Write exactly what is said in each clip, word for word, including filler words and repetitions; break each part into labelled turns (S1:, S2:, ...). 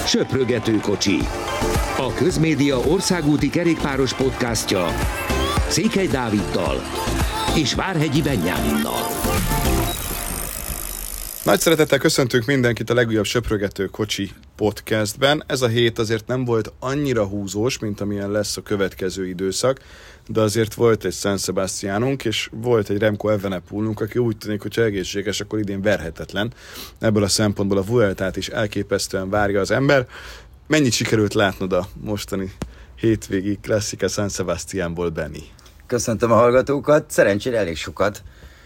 S1: Söprögető kocsi. A Közmédia országúti kerékpáros podcastja Székely Dáviddal és Várhegyi Benyáminnal.
S2: Nagy szeretettel köszöntünk mindenkit a legújabb Söprögető kocsi podcastben. Ez a hét azért nem volt annyira húzós, mint amilyen lesz a következő időszak, de azért volt egy San Sebastianunk, és volt egy Remco Evenepoelunk, aki úgy tűnik, hogy ha egészséges, akkor idén verhetetlen. Ebből a szempontból a Vueltát is elképesztően várja az ember. Mennyit sikerült látnod a mostani hétvégi klasszika San Sebastianból, Benni?
S3: Köszöntöm a hallgatókat, szerencsére elég sokat.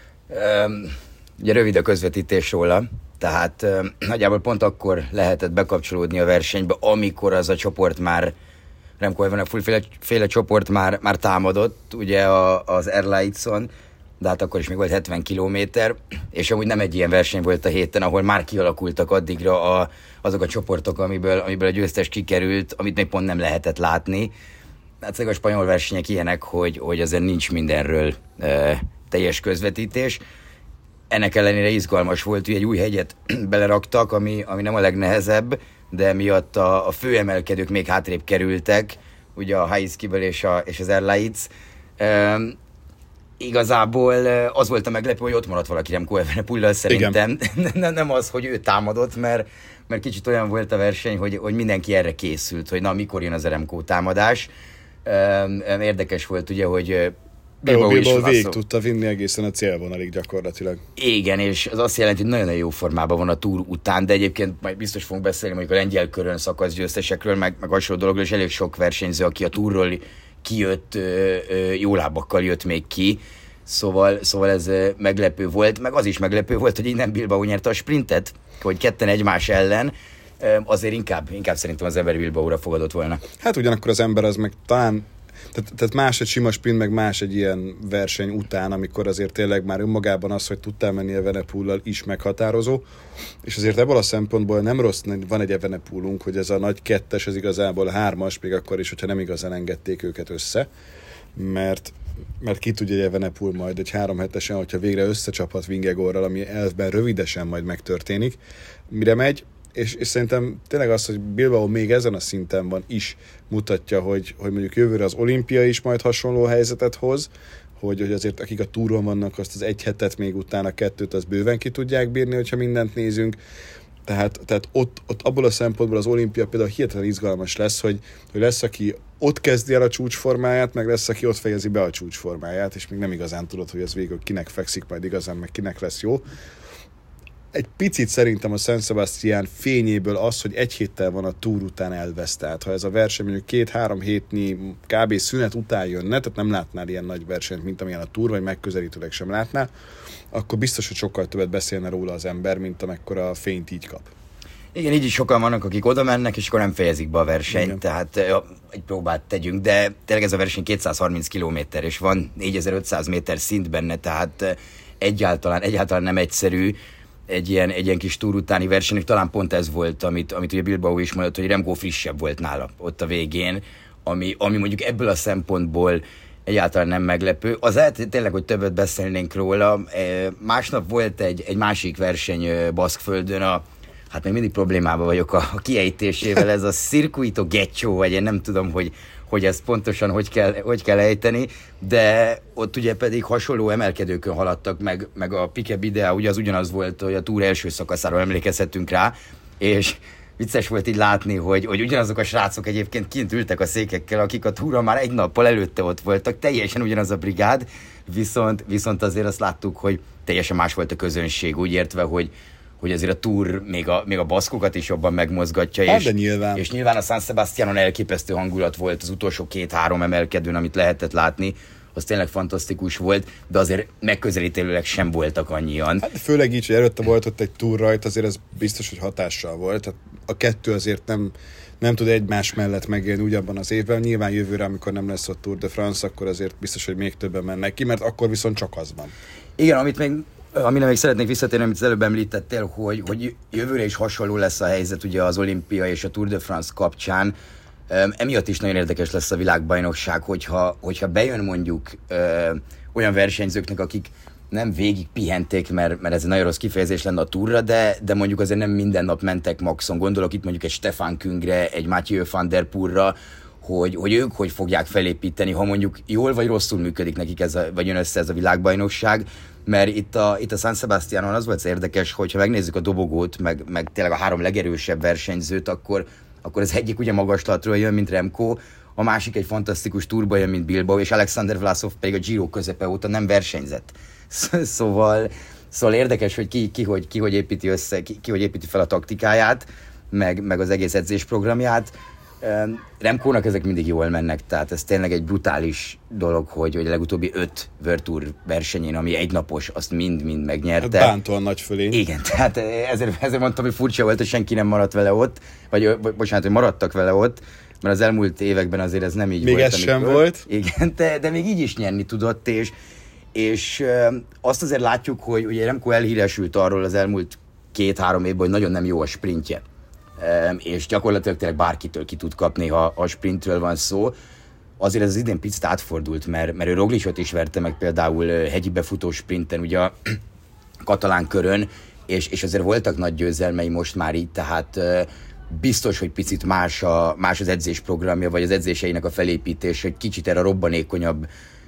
S3: Üm, ugye rövid a közvetítés róla, tehát üm, nagyjából pont akkor lehetett bekapcsolódni a versenybe, amikor az a csoport már, Remco Evenepoel féle, féle csoport már, már támadott, ugye a, az Erlights-on, de hát akkor is még volt hetven kilométer, és amúgy nem egy ilyen verseny volt a héten, ahol már kialakultak addigra a, azok a csoportok, amiből, amiből a győztes kikerült, amit még pont nem lehetett látni. Hát a spanyol versenyek ilyenek, hogy, hogy azért nincs mindenről e, teljes közvetítés. Ennek ellenére izgalmas volt, hogy egy új hegyet beleraktak, ami, ami nem a legnehezebb, de miatt a, a főemelkedők még hátrébb kerültek, ugye a High-Skibel és, a, és az Erlights. E, Igazából az volt a meglepő, hogy ott maradt valaki Remco Evenepoellal szerintem. Nem, nem az, hogy ő támadott, mert, mert kicsit olyan volt a verseny, hogy, hogy mindenki erre készült, hogy na, mikor jön az a Remco támadás. Érdekes volt ugye, hogy
S2: Bilbao, Bilbao végig tudta vinni egészen a célvonalig gyakorlatilag.
S3: Igen, és az azt jelenti, hogy nagyon-nagyon jó formában van a túr után, de egyébként majd biztos fogunk beszélni mondjuk a lengyel körön szakaszgyőztesekről, meg, meg hasonló dologról, és elég sok versenyző, aki a túrról kijött, jó lábakkal jött még ki, szóval, szóval ez meglepő volt, meg az is meglepő volt, hogy innen Bilbao nyerte a sprintet, hogy ketten egymás ellen, azért inkább, inkább szerintem az ember Bilbaóra fogadott volna.
S2: Hát ugyanakkor az ember az meg talán, tehát, tehát más egy sima sprint, meg más egy ilyen verseny után, amikor azért tényleg már önmagában az, hogy tudtál menni Evenepoellal is meghatározó, és azért ebből a szempontból nem rossz, van egy Evenepoelunk, hogy ez a nagy kettes, ez igazából hármas, még akkor is, hogyha nem igazán engedték őket össze, mert, mert ki tudja, hogy Evenepoel majd egy három hetesen, hogyha végre összecsaphat Vingegaardral, ami elvben rövidesen majd megtörténik, mire megy, És, és szerintem tényleg az, hogy Bilbao még ezen a szinten van is mutatja, hogy, hogy mondjuk jövőre az olimpia is majd hasonló helyzetet hoz, hogy, hogy azért akik a túron vannak, azt az egy hetet még utána kettőt, az bőven ki tudják bírni, hogyha mindent nézünk. Tehát, tehát ott, ott abból a szempontból az olimpia például hihetetlen izgalmas lesz, hogy, hogy lesz, aki ott kezdi el a csúcsformáját, meg lesz, aki ott fejezi be a csúcsformáját, és még nem igazán tudod, hogy ez végül kinek fekszik majd igazán, meg kinek lesz jó. Egy picit szerintem a San Sebastian fényéből az, hogy egy héttel van a túr után elvesz. Tehát ha ez a verseny mondjuk két-három hétnyi kb. Szünet után jönne, tehát nem látnál ilyen nagy versenyt, mint amilyen a túr, vagy megközelítőleg sem látnál, akkor biztos, hogy sokkal többet beszélne róla az ember, mint amekkora a fényt így kap.
S3: Igen, így is sokan vannak, akik oda mennek, és akkor nem fejezik be a versenyt, igen. Tehát ja, egy próbát tegyünk, de tényleg ez a verseny kétszázharminc kilométer, és van négyezer-ötszáz méter szint benne, tehát egyáltalán, egyáltalán nem egyszerű. Egy ilyen, egy ilyen kis túr utáni versenynek talán pont ez volt, amit, amit ugye Bilbao is mondott, hogy Remco frissebb volt nála ott a végén, ami, ami mondjuk ebből a szempontból egyáltalán nem meglepő. Az lehet tényleg, hogy többet beszélnénk róla. Másnap volt egy, egy másik verseny Baszkföldön, a, hát még mindig problémában vagyok a, a kiejtésével, ez a Circuito Getxo, vagy én nem tudom, hogy hogy ezt pontosan hogy kell, hogy kell ejteni, de ott ugye pedig hasonló emelkedőkön haladtak, meg, meg a Pique Bideá, ugye az ugyanaz volt, hogy a túr első szakaszáról emlékezhetünk rá, és vicces volt így látni, hogy, hogy ugyanazok a srácok egyébként kint ültek a székekkel, akik a túron már egy nappal előtte ott voltak, teljesen ugyanaz a brigád, viszont, viszont azért azt láttuk, hogy teljesen más volt a közönség, úgy értve, hogy hogy azért a túr még a, még a baszkokat is jobban megmozgatja,
S2: hát,
S3: és,
S2: nyilván.
S3: és nyilván a San Sebastianon elképesztő hangulat volt az utolsó két-három emelkedőn, amit lehetett látni, az tényleg fantasztikus volt, de azért megközelítőleg sem voltak annyian.
S2: Hát főleg így, hogy előtte volt ott egy túr rajt, azért ez biztos, hogy hatással volt. Tehát a kettő azért nem, nem tud egymás mellett megélni ugyanabban az évben. Nyilván jövőre, amikor nem lesz ott Tour de France, akkor azért biztos, hogy még többen mennek ki, mert akkor viszont csak az van.
S3: Igen, amit még Amire még szeretnék visszatérni, amit az előbb említettél, hogy, hogy jövőre is hasonló lesz a helyzet ugye az olimpia és a Tour de France kapcsán. Um, emiatt is nagyon érdekes lesz a világbajnokság, hogyha, hogyha bejön mondjuk uh, olyan versenyzőknek, akik nem végig pihenték, mert, mert ez egy nagyon rossz kifejezés lenne a túrra, de, de mondjuk azért nem minden nap mentek maxon. Gondolok itt mondjuk egy Stefan Küngre, egy Mathieu van der Poelra, hogy, hogy ők hogy fogják felépíteni, ha mondjuk jól vagy rosszul működik nekik ez a, vagy jön össze ez a világbajnokság, mert itt a, itt a San Sebastianon az volt érdekes, hogy ha megnézzük a dobogót, meg, meg tényleg a három legerősebb versenyzőt, akkor, akkor az egyik ugye magaslatról jön, mint Remco, a másik egy fantasztikus túrba jön, mint Bilbao, és Alexander Vlasov pedig a Giro közepe óta nem versenyzett. Szóval, szóval érdekes, hogy ki, ki, hogy, ki hogy építi össze, ki, ki hogy építi fel a taktikáját, meg, meg az egész edzésprogramját. Remkónak ezek mindig jól mennek, tehát ez tényleg egy brutális dolog, hogy, hogy a legutóbbi öt World Tour versenyén, ami egynapos, azt mind-mind megnyerte.
S2: Hát bántóan nagy fölé.
S3: Igen, tehát ezért, ezért mondtam, hogy furcsa volt, hogy senki nem maradt vele ott, vagy bocsánat, hogy maradtak vele ott, mert az elmúlt években azért ez nem így
S2: még
S3: volt.
S2: Még ez sem volt.
S3: Igen, de, de még így is nyerni tudott, és, és ö, azt azért látjuk, hogy ugye Remco elhíresült arról az elmúlt két-három évben, hogy nagyon nem jó a sprintje. E, és gyakorlatilag tényleg bárkitől ki tud kapni, ha a sprintről van szó. Azért ez az idén picit átfordult, mert, mert ő Roglicot is verte meg például hegyi befutó sprinten, ugye a katalán körön, és, és azért voltak nagy győzelmei most már így, tehát biztos, hogy picit más, a, más az edzésprogramja, vagy az edzéseinek a felépítés, hogy kicsit erre a robbanékonyabb,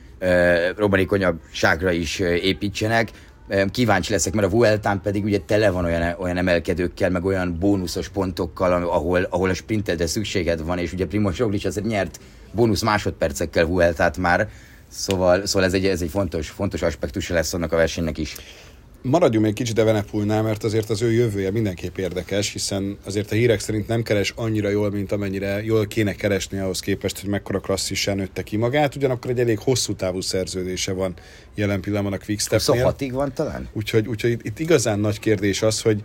S3: uh, robbanékonyabbságra is uh, építsenek. Uh, kíváncsi leszek, mert a Vueltán pedig ugye tele van olyan, olyan emelkedőkkel, meg olyan bónuszos pontokkal, ahol, ahol a sprintedre szükséged van, és ugye Primož Roglič azért nyert bónusz másodpercekkel Vueltát már, szóval, szóval ez egy, ez egy fontos, fontos aspektusa lesz annak a versenynek is.
S2: Maradjunk még kicsit Evenepoelnál, mert azért az ő jövője mindenképp érdekes, hiszen azért a hírek szerint nem keres annyira jól, mint amennyire jól kéne keresni ahhoz képest, hogy mekkora klasszissán nőtte ki magát, ugyanakkor egy elég hosszú távú szerződése van jelen pillanatban a Quickstepnél.
S3: huszonhatig van talán?
S2: Úgyhogy, úgyhogy itt, itt igazán nagy kérdés az, hogy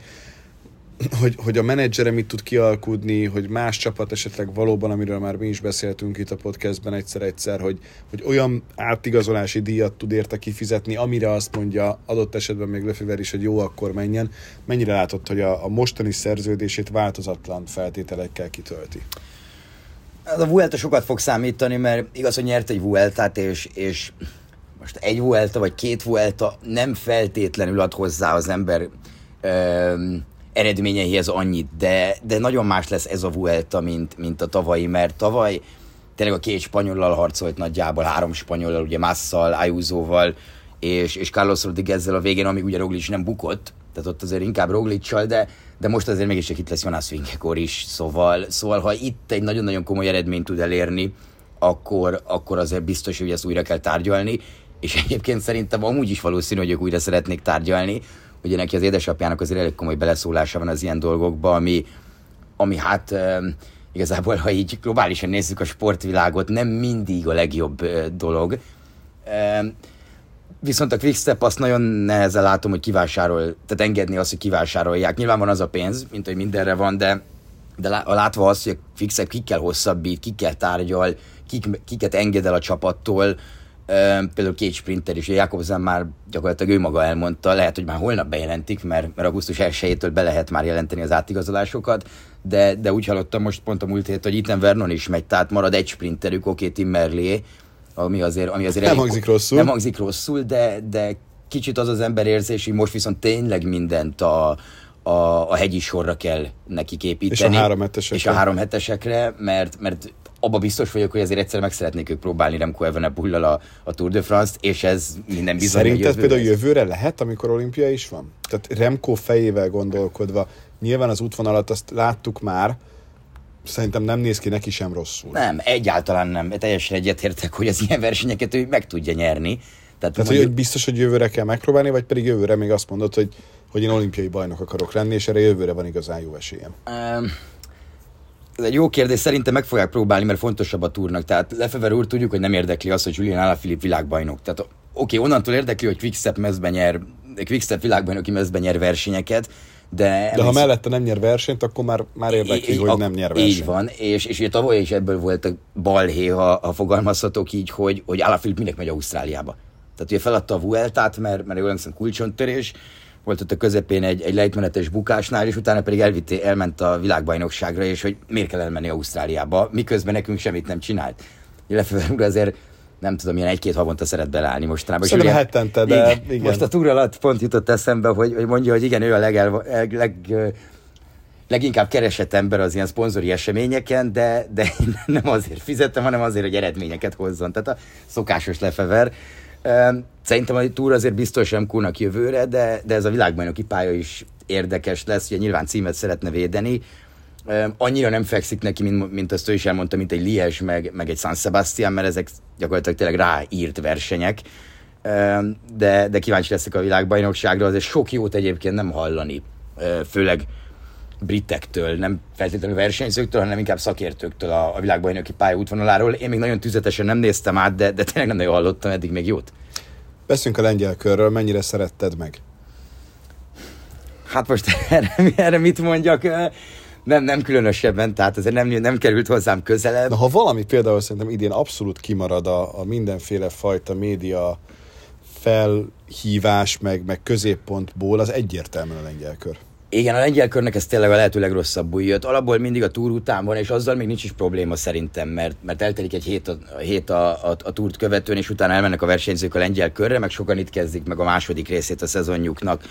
S2: Hogy, hogy a menedzsere mit tud kialkudni, hogy más csapat esetleg valóban, amiről már mi is beszéltünk itt a podcastben egyszer-egyszer, hogy, hogy olyan átigazolási díjat tud érte kifizetni, amire azt mondja adott esetben még Lefever is, hogy jó, akkor menjen. Mennyire látott, hogy a, a mostani szerződését változatlan feltételekkel kitölti?
S3: A Vuelta sokat fog számítani, mert igaz, hogy nyert egy Vueltát, és, és most egy Vuelta vagy két Vuelta nem feltétlenül ad hozzá az ember öm, eredményeihez annyit, de, de nagyon más lesz ez a Vuelta, mint, mint a tavalyi, mert tavaly tényleg a két spanyollal harcolt nagyjából, három spanyollal, ugye Massal, Ayusoval és, és Carlos Rodriguezzel a végén, amíg ugye Roglic nem bukott, tehát ott azért inkább Roglic-sal, de, de most azért mégis itt lesz Jonas Vingegaard is, szóval, szóval ha itt egy nagyon-nagyon komoly eredményt tud elérni, akkor, akkor azért biztos, hogy ezt újra kell tárgyalni, és egyébként szerintem amúgy is valószínű, hogy ők újra szeretnék tárgyalni. Ugye neki az édesapjának azért elég komoly beleszólása van az ilyen dolgokba, ami, ami hát e, igazából, ha így globálisan nézzük a sportvilágot, nem mindig a legjobb e, dolog. E, viszont a Quickstep azt nagyon nehezen látom, hogy kivásárol, tehát engedni azt, hogy kivásárolják. Nyilván van az a pénz, mint hogy mindenre van, de, de látva azt, hogy a Quickstep kikkel hosszabbít, kikkel tárgyal, kik, kiket enged el a csapattól, például két sprinter is, Jakobsen már gyakorlatilag ő maga elmondta, lehet, hogy már holnap bejelentik, mert, mert augusztus elsejétől be lehet már jelenteni az átigazolásokat, de, de úgy hallottam most pont a múlt hét, hogy Ethan Vernon is megy, tehát marad egy sprinterük, oké, Tim Merlier, ami azért, ami azért
S2: nem
S3: elég,
S2: hangzik rosszul.
S3: Nem hangzik rosszul, de, de kicsit az az emberérzés, hogy most viszont tényleg mindent a, a, a hegyi sorra kell nekik építeni.
S2: És a három hetesekre.
S3: És a három hetesekre, mert, mert abba biztos vagyok, hogy azért egyszer meg szeretnék ők próbálni Remco Evenepoellal a, a Tour de France-t, és ez minden bizony.
S2: Szerinted például jövőre lehet, amikor olimpia is van? Tehát Remco fejével gondolkodva, nyilván az útvonalat azt láttuk már, szerintem nem néz ki neki sem rosszul.
S3: Nem, egyáltalán nem. Teljesen egyetértek, hogy az ilyen versenyeket ő meg tudja nyerni. Tehát,
S2: Tehát mondjuk... hogy biztos, hogy jövőre kell megpróbálni, vagy pedig jövőre még azt mondod, hogy, hogy én olimpiai bajnok akarok lenni, és erre jövőre van igazán jó esélyem. Um... Ez egy jó kérdés, szerintem meg fogják próbálni, mert fontosabb a túrnak. Tehát Lefever úr tudjuk, hogy nem érdekli az, hogy Julian Alaphilippe világbajnok. Tehát oké, okay, onnantól érdekli, hogy Quickstep mezben nyer, Quickstep világbajnoki mezben nyer versenyeket, de... De ha mellette nem nyer versenyt, akkor már, már érdekli, hogy nem nyer versenyt. Így van, és, és ugye tavaly is ebből volt a balhé, ha, ha fogalmazhatok így, hogy, hogy Alaphilippe minek megy Ausztráliába. Tehát ugye feladta a Vueltát, mert, mert jól emlékszem kulcsontörés, volt ott a közepén egy, egy lejtmenetes bukásnál, és utána pedig elvitté, elment a világbajnokságra, és hogy miért kell elmenni Ausztráliába, miközben nekünk semmit nem csinált. Lefever úr azért
S3: nem tudom, ilyen egy-két havonta szeret beleállni mostanában.
S2: Szerintem hetente, de igen.
S3: igen. Most a túra alatt pont jutott eszembe, hogy, hogy mondja, hogy igen, ő a legel, leg, leginkább keresett ember az ilyen szponzori eseményeken, de, de én nem azért fizettem, hanem azért, hogy eredményeket hozzon. Tehát a szokásos lefever. Szerintem a túra azért biztos nem kúrnak jövőre, de, de ez a világbajnoki pálya is érdekes lesz, ugye nyilván címet szeretne védeni. Annyira nem fekszik neki, mint, mint azt ő is elmondta, mint egy Liège, meg, meg egy San Sebastian, mert ezek gyakorlatilag tényleg ráírt versenyek. De, de kíváncsi leszek a világbajnokságra, azért sok jót egyébként nem hallani, főleg britektől, nem feltétlenül versenyzőktől, hanem inkább szakértőktől a, a világbajnoki pálya útvonaláról. Én még nagyon tüzetesen nem néztem át, de, de tényleg nem nagyon hallottam eddig még jót.
S2: Beszünk a lengyel körről, mennyire szeretted meg?
S3: Hát most erre, erre mit mondjak? Nem, nem különösebben, tehát azért nem, nem került hozzám közelebb.
S2: Na, ha valami például szerintem idén abszolút kimarad a, a mindenféle fajta média felhívás, meg, meg középpontból, az egyértelműen a lengyel kör.
S3: Igen, a lengyel körnek ez tényleg a lehető legrosszabbul jött. Alapból mindig a túr után van, és azzal még nincs is probléma szerintem, mert, mert eltelik egy hét, a, a, hét a, a, a túrt követően, és utána elmennek a versenyzők a lengyel körre, meg sokan itt kezdik meg a második részét a szezonjuknak.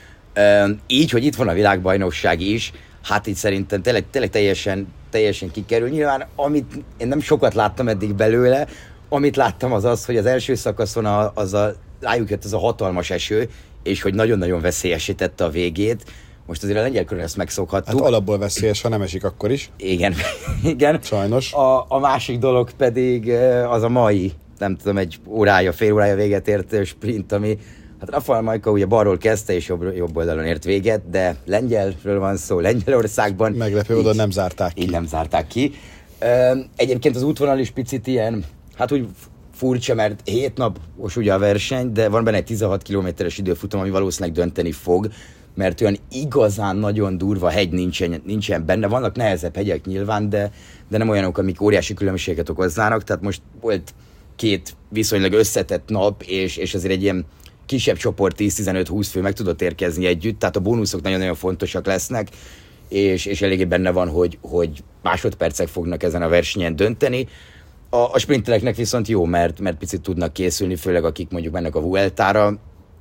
S3: Üm, így, hogy itt van a világbajnokság is, hát itt szerintem tényleg, tényleg teljesen, teljesen kikerül. Nyilván, amit én nem sokat láttam eddig belőle, amit láttam az az, hogy az első szakaszon a, az a, rájuk jött ez a hatalmas eső, és hogy nagyon-nagyon veszélyesítette a végét. Most azért a lengyel körön ezt megszokhattuk.
S2: Hát alapból veszélyes, ha nem esik, akkor is.
S3: Igen, igen.
S2: Sajnos.
S3: A, a másik dolog pedig az a mai, nem tudom, egy órája, fél órája véget ért sprint, ami hát Rafael Majka ugye balról kezdte, és jobb, jobb oldalon ért véget, de lengyelről van szó, Lengyelországban.
S2: Meglepő oda nem zárták ki.
S3: Így nem zárták ki. Egyébként az útvonal is picit ilyen, hát úgy furcsa, mert hét napos ugye a verseny, de van benne egy tizenhat kilométeres időfutam, ami valószínűleg dönteni fog, mert olyan igazán nagyon durva hegy nincsen, nincsen benne. Vannak nehezebb hegyek nyilván, de, de nem olyanok, amik óriási különbséget okoznának. Tehát most volt két viszonylag összetett nap, és, és azért egy ilyen kisebb csoport tíz-tizenöt-húsz fő meg tudott érkezni együtt, tehát a bónuszok nagyon-nagyon fontosak lesznek, és, és eléggé benne van, hogy, hogy másodpercek fognak ezen a versenyen dönteni. A, a sprintereknek viszont jó, mert, mert picit tudnak készülni, főleg akik mondjuk mennek a Vueltára,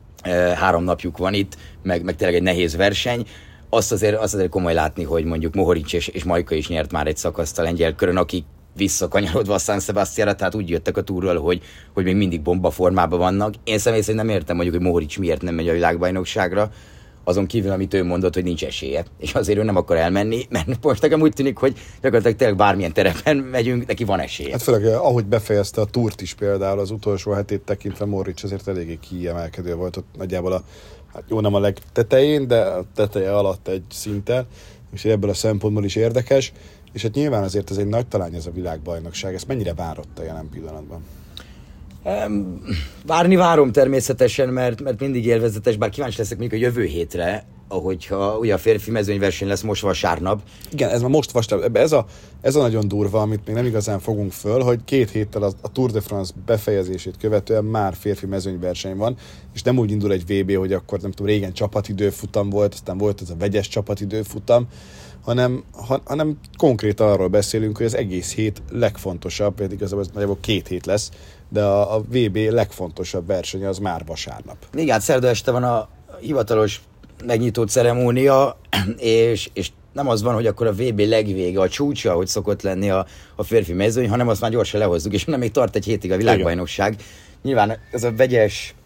S3: három napjuk van itt, meg, meg tényleg egy nehéz verseny. Azt azért, azt azért komoly látni, hogy mondjuk Mohoric és, és Majka is nyert már egy szakaszt a lengyel körön, akik visszakanyarodva a San Sebastianra, tehát úgy jöttek a túról, hogy, hogy még mindig bomba formában vannak. Én személy szerint nem értem mondjuk, hogy Mohoric miért nem megy a világbajnokságra, azon kívül, amit ő mondott, hogy nincs esélye, és azért ő nem akar elmenni, mert most nekem úgy tűnik, hogy gyakorlatilag tényleg bármilyen terepen megyünk, neki van esélye.
S2: Hát főleg, ahogy befejezte a túrt is például, az utolsó hetét tekintve Mohoric azért eléggé kiemelkedő volt ott nagyjából a, hát jó nem a legtetején, de a teteje alatt egy szinten, és ebből a szempontból is érdekes, és hát nyilván azért ez egy nagy talány ez a világbajnokság, ezt mennyire várott a jelen pillanatban?
S3: Um, várni várom természetesen, mert, mert mindig élvezetes, bár kíváncsi leszek mondjuk a jövő hétre, ahogyha ugye a férfi mezőnyverseny lesz most vasárnap.
S2: Igen, ez már most vasárnap, ez a, ez a nagyon durva, amit még nem igazán fogunk föl, hogy két héttel a, a Tour de France befejezését követően már férfi mezőnyverseny van, és nem úgy indul egy vé bé, hogy akkor nem tudom, régen csapatidőfutam volt, aztán volt ez a vegyes csapatidőfutam, hanem, ha, hanem konkrétan arról beszélünk, hogy az egész hét legfontosabb, pedig igazából nagyjából két hét lesz, de a, a vé bé legfontosabb versenye az már vasárnap.
S3: Igen, hát szerda este van a hivatalos megnyitó ceremónia, és, és nem az van, hogy akkor a vé bé legvége, a csúcsa, hogy szokott lenni a, a férfi mezőny, hanem azt már gyorsan lehozzuk, és nem még tart egy hétig a világbajnokság. Igen. Nyilván ez a vegyes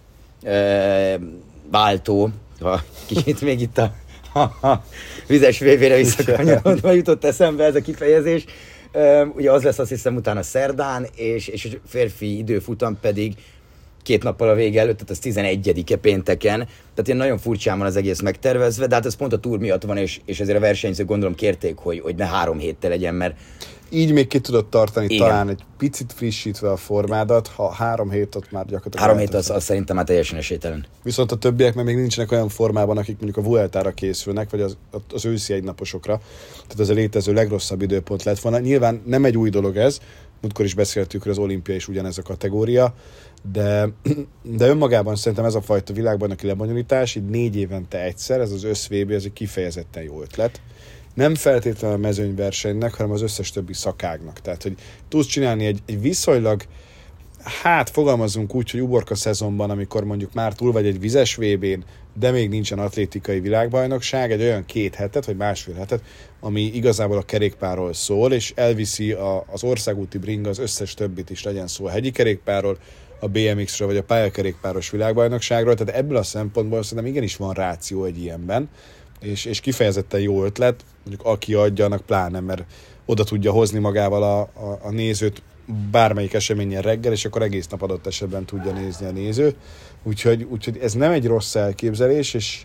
S3: e, váltó, ha kicsit még itt a, a, a vizes vé bére visszakanyarodva jutott eszembe ez a kifejezés. E, ugye az lesz azt hiszem utána szerdán, és, és a férfi időfutam pedig két nappal a vége előtt, tehát az tizenegyedike pénteken. Tehát ilyen nagyon furcsán van az egész megtervezve, de hát ez pont a túr miatt van, és, és ezért a versenyzők gondolom kérték, hogy, hogy ne három héttel legyen, mert...
S2: Így még ki tudod tartani
S3: igen.
S2: Talán egy picit frissítve a formádat, ha három hét ott már gyakorlatilag...
S3: Három hét az, az szerintem már teljesen esélytelen.
S2: Viszont a többiek még nincsenek olyan formában, akik mondjuk a Vueltára készülnek, vagy az, az őszi egynaposokra. Tehát ez a létező legrosszabb időpont lett volna. Nyilván nem egy új dolog ez, múltkor is beszéltük, hogy az olimpia is ugyanez a kategória, de, de önmagában szerintem ez a fajta világbajnoki lebonyolítás, így négy évente egyszer, ez az össz-vé bé, ez egy kifejezetten jó ötlet. Nem feltétlenül a mezőnyversenynek, hanem az összes többi szakágnak. Tehát, hogy tudsz csinálni egy, egy viszonylag hát fogalmazunk úgy, hogy uborka szezonban, amikor mondjuk már túl vagy egy vizes vé bén, de még nincsen atlétikai világbajnokság, egy olyan két hetet, vagy másfél hetet, ami igazából a kerékpárról szól, és elviszi a, az országúti bringa az összes többit is, legyen szó a hegyi kerékpárról, a bé em iksz-ről, vagy a pályakerékpáros világbajnokságról, tehát ebből a szempontból szerintem igenis van ráció egy ilyenben, és, és kifejezetten jó ötlet, mondjuk aki adja, annak pláne, mert oda tudja hozni magával a, a, a nézőt bármelyik eseményen reggel, és akkor egész nap adott esetben tudja nézni a néző. Úgyhogy, úgyhogy ez nem egy rossz elképzelés, és,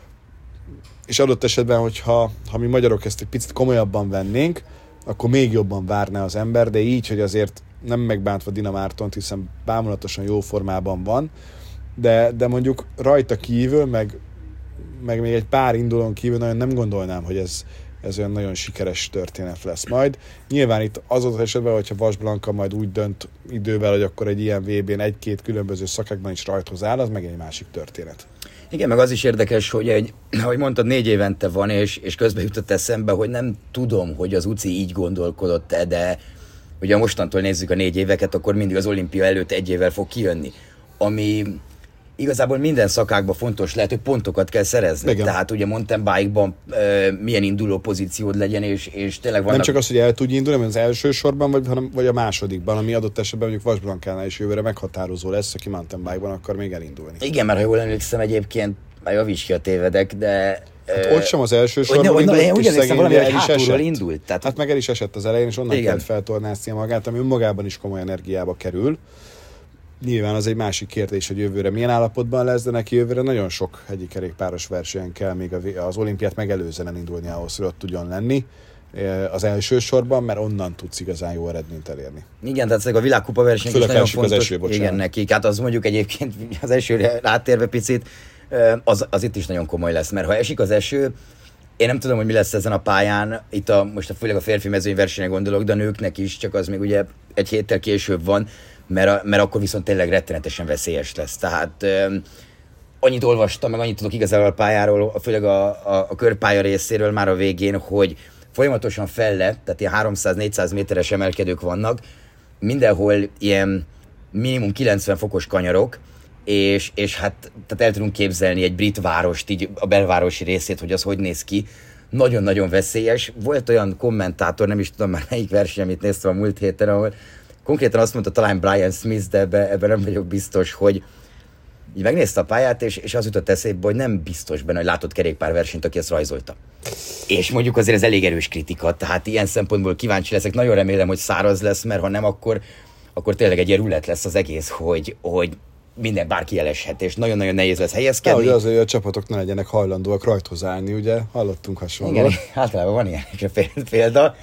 S2: és adott esetben, hogyha ha mi magyarok ezt egy picit komolyabban vennénk, akkor még jobban várná az ember, de így, hogy azért nem megbántva Dina Mártont, hiszen bámulatosan jó formában van, de, de mondjuk rajta kívül, meg, meg még egy pár indulón kívül nagyon nem gondolnám, hogy ez, ez olyan nagyon sikeres történet lesz majd. Nyilván itt az az esetben, hogyha Vas Blanka majd úgy dönt idővel, hogy akkor egy ilyen vé bén egy-két különböző szakákban is rajthoz áll, az meg egy másik történet.
S3: Igen, meg az is érdekes, hogy egy, ahogy mondtad, négy évente van, és, és közben jutott eszembe, hogy nem tudom, hogy az UCI így gondolkodott-e, de ugye mostantól nézzük a négy éveket, akkor mindig az olimpia előtt egy évvel fog kijönni, ami igazából minden szakákban fontos lehet, hogy pontokat kell szerezni. Igen. Tehát ugye mountain bike-ban e, milyen induló pozíciód legyen, és, és tényleg vannak...
S2: Nem csak az, hogy el tudj indulni, hanem az első sorban, vagy, hanem, vagy a másodikban, ami adott esetben mondjuk Vas Blankánál is jövőre meghatározó lesz, aki mountain bike-ban akar még elindulni.
S3: Igen, mert ha jól emlékszem egyébként, már javíts ki a tévedek, de...
S2: Hát ott sem az első sorban
S3: hogy,
S2: indult,
S3: én úgy emlékszem, valami, hogy hátulról
S2: esett.
S3: indult. Tehát...
S2: Hát meg el is esett az elején, és onnan igen. kellett feltornáznia magát, ami önmagában is komoly energiába kerül. Nyilván az egy másik kérdés, hogy jövőre milyen állapotban lesz, de neki jövőre nagyon sok hegyi kerékpáros versenyen kell még az olimpiát megelőzően indulni ahhoz, hogy ott tudjon lenni az első sorban, mert onnan tudsz igazán jó eredményt elérni.
S3: Igen, tehát a világkupa verseny is nagyon fontos. Az eső, igen, nekik. Hát az mondjuk egyébként az esőre rátérve picit, az, az itt is nagyon komoly lesz, mert ha esik az eső, én nem tudom, hogy mi lesz ezen a pályán, itt a, most a, főleg a férfi mezőny versenyre gondolok, de a nőknek is, csak az még ugye egy héttel később van, mert, a, mert akkor viszont tényleg rettenetesen veszélyes lesz. Tehát um, annyit olvastam, meg annyit tudok igazából a pályáról, főleg a, a, a körpálya részéről már a végén, hogy folyamatosan felle, tehát ilyen háromszáz-négyszáz méteres emelkedők vannak, mindenhol ilyen minimum kilencven fokos kanyarok, és, és hát tehát el tudunk képzelni egy brit várost, így a belvárosi részét, hogy az hogy néz ki. Nagyon-nagyon veszélyes. Volt olyan kommentátor, nem is tudom már melyik verseny, amit néztem a múlt héten, ahol konkrétan azt mondta talán Brian Smith, de ebben ebbe nem vagyok biztos, hogy így megnézte a pályát, és, és az jutott eszébe, hogy nem biztos benne, hogy látott kerékpárversenyt, aki ezt rajzolta. És mondjuk azért ez elég erős kritika, tehát ilyen szempontból kíváncsi leszek. Nagyon remélem, hogy száraz lesz, mert ha nem, akkor, akkor tényleg egy ilyen rulett lesz az egész, hogy, hogy minden bárki eleshet, és nagyon-nagyon nehéz lesz helyezkedni.
S2: Ja, azért, hogy a csapatok ne legyenek hajlandóak rajthoz állni, ugye? Hallottunk hasonlóan.
S3: Igen, általában van ilyen példa.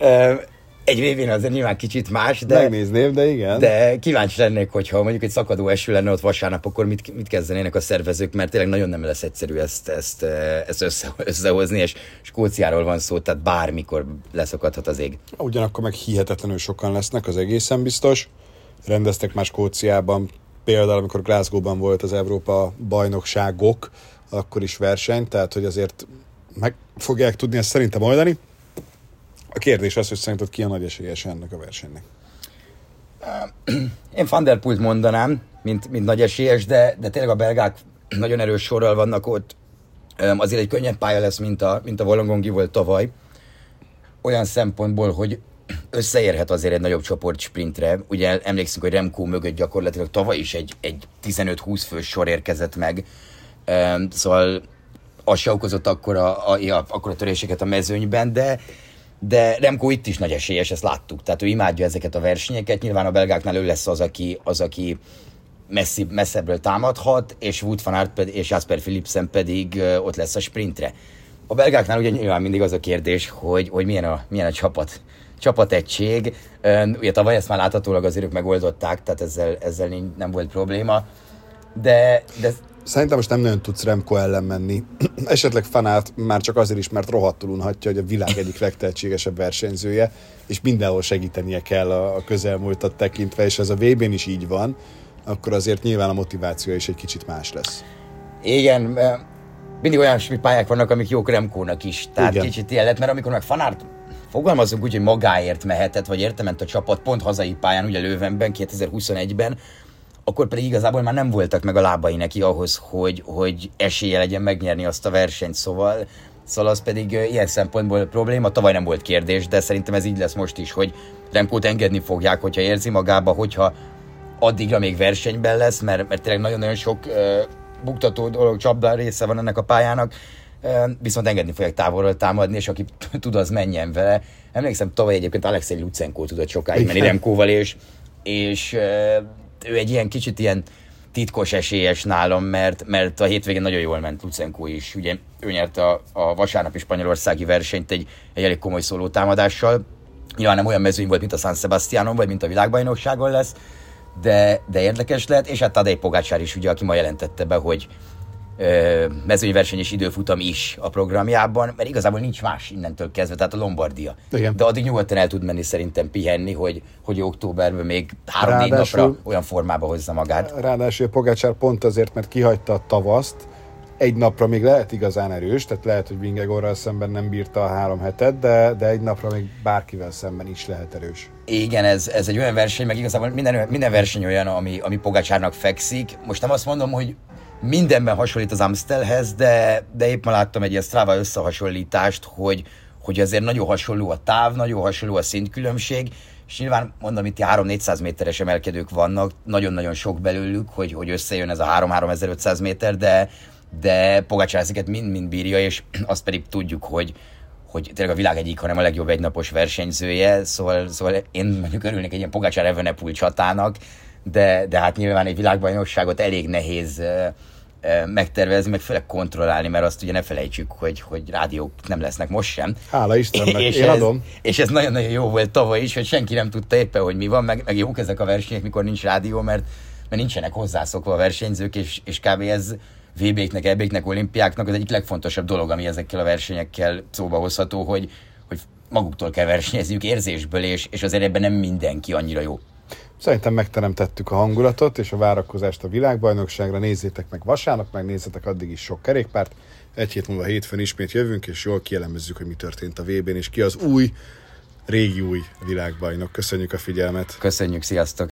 S3: Egy vé bén azért nyilván kicsit más, de...
S2: Megnézném, de igen.
S3: De kíváncsi lennék, hogyha mondjuk egy szakadó eső lenne ott vasárnap, akkor mit, mit kezdenének a szervezők, mert tényleg nagyon nem lesz egyszerű ezt, ezt, ezt össze, összehozni, és Skóciáról van szó, tehát bármikor leszakadhat az ég.
S2: Ugyanakkor meg hihetetlenül sokan lesznek, az egészen biztos. Rendeztek már Skóciában, például amikor Glasgow-ban volt az Európa bajnokságok, akkor is verseny, tehát hogy azért meg fogják tudni ezt szerintem oldani. A kérdés az, hogy szerinted ki a nagy esélyes ennek a versenynek?
S3: Én Van der Poelt mondanám, mint, mint nagy esélyes, de, de tényleg a belgák nagyon erős sorral vannak ott. Azért egy könnyebb pálya lesz, mint a, mint a Wollongonghi volt tavaly. Olyan szempontból, hogy összeérhet azért egy nagyobb csoport sprintre. Ugye emlékszünk, hogy Remco mögött gyakorlatilag tavaly is egy, egy tizenöt-húsz fős sor érkezett meg. Szóval az se okozott akkora, a, a, akkora töréseket a mezőnyben, de De Remco itt is nagy esélyes, ezt láttuk. Tehát ő imádja ezeket a versenyeket. Nyilván a belgáknál ő lesz az, aki, az, aki messzi, messzebbről támadhat, és Wout van Aert és Jasper Philipsen pedig ott lesz a sprintre. A belgáknál ugye nyilván mindig az a kérdés, hogy, hogy milyen a, milyen a csapat, csapategység. Ugye tavaly ezt már láthatólag azért ők megoldották, tehát ezzel, ezzel nem volt probléma. De, de
S2: szerintem most nem nagyon tudsz Remco ellen menni. Esetleg Van Aert már csak azért is, mert rohadtul unhatja, hogy a világ egyik legtehetségesebb versenyzője, és mindenhol segítenie kell a közelmúltat tekintve, és ez a vé bén is így van, akkor azért nyilván a motiváció is egy kicsit más lesz.
S3: Igen, mindig olyan pályák vannak, amik jók Remcónak is. Tehát igen. Kicsit ilyen lett, mert amikor meg Van Aert fogalmazunk úgy, hogy magáért mehetett, vagy érte ment a csapat pont hazai pályán, ugye Leuvenben, kétezer-huszonegyben, akkor pedig igazából már nem voltak meg a lábai neki ahhoz, hogy, hogy esélye legyen megnyerni azt a versenyt, szóval, szóval az pedig ilyen szempontból probléma. Tavaly nem volt kérdés, de szerintem ez így lesz most is, hogy Remkót engedni fogják, hogyha érzi magába, hogyha addigra még versenyben lesz, mert, mert tényleg nagyon-nagyon sok uh, buktató dolog, csapda része van ennek a pályának, uh, viszont engedni fogják távolról támadni, és aki tud, az menjen vele. Emlékszem, tavaly egyébként Alexei Lucenko tudott sokáig menni Remkóval, és, és uh, ő egy ilyen kicsit ilyen titkos esélyes nálam, mert, mert a hétvégén nagyon jól ment Lucenko is. Ugye ő nyerte a, a vasárnapi spanyolországi versenyt egy, egy elég komoly szóló támadással. Nyilván nem olyan mezőny volt, mint a San Sebastianon, vagy mint a világbajnokságon lesz, de, de érdekes lett, és hát Tadej Pogačar is, ugye, aki ma jelentette be, hogy ö, mezőnyverseny és időfutam is a programjában, mert igazából nincs más innentől kezdve, tehát a Lombardia. Igen. De addig nyugodtan el tud menni szerintem pihenni, hogy, hogy októberben még három-négy napra olyan formába hozza magát.
S2: Ráadásul Pogačar pont azért, mert kihagyta a tavaszt, egy napra még lehet igazán erős, tehát lehet, hogy Vingegaardral szemben nem bírta a három hetet, de, de egy napra még bárkivel szemben is lehet erős.
S3: Igen, ez, ez egy olyan verseny, meg igazából minden, minden verseny olyan, ami, ami Pogačarnak fekszik. Most nem azt mondom, hogy mindenben hasonlít az Amstelhez, de, de épp ma láttam egy ilyen Strava összehasonlítást, hogy, hogy azért nagyon hasonló a táv, nagyon hasonló a szintkülönbség, és nyilván mondom, itt három-négyszáz méteres emelkedők vannak, nagyon-nagyon sok belőlük, hogy, hogy összejön ez a három-háromezer-ötszáz méter, de de Pogačar ezeket mind-mind bírja, és azt pedig tudjuk, hogy, hogy tényleg a világ egyik, hanem a legjobb egynapos versenyzője, szóval, szóval én mondjuk örülnék egy ilyen Pogačar Evenepoel csatának, de, de hát nyilván egy világbajnokságot elég nehéz uh, uh, megtervezni, meg főleg kontrollálni, mert azt ugye ne felejtsük, hogy, hogy rádiók nem lesznek most sem.
S2: Hála Istennek,
S3: és
S2: én
S3: ez,
S2: adom.
S3: És ez nagyon-nagyon jó volt tavaly is, hogy senki nem tudta éppen, hogy mi van, meg, meg jók ezek a versenyek, mikor nincs rádió, mert, mert nincsenek hozzászokva a versenyzők, és, és kb. Ez vé béknek, é béknek, olimpiáknak az egyik legfontosabb dolog, ami ezekkel a versenyekkel szóba hozható, hogy, hogy maguktól kell versenyezniük érzésből, és, és azért ebben nem mindenki annyira jó.
S2: Szerintem megteremtettük a hangulatot és a várakozást a világbajnokságra. Nézzétek meg vasárnap, meg nézzetek addig is sok kerékpárt. Egy hét múlva hétfőn ismét jövünk, és jól kielemezzük, hogy mi történt a vé bén, és ki az új, régi új világbajnok. Köszönjük a figyelmet!
S3: Köszönjük, sziasztok!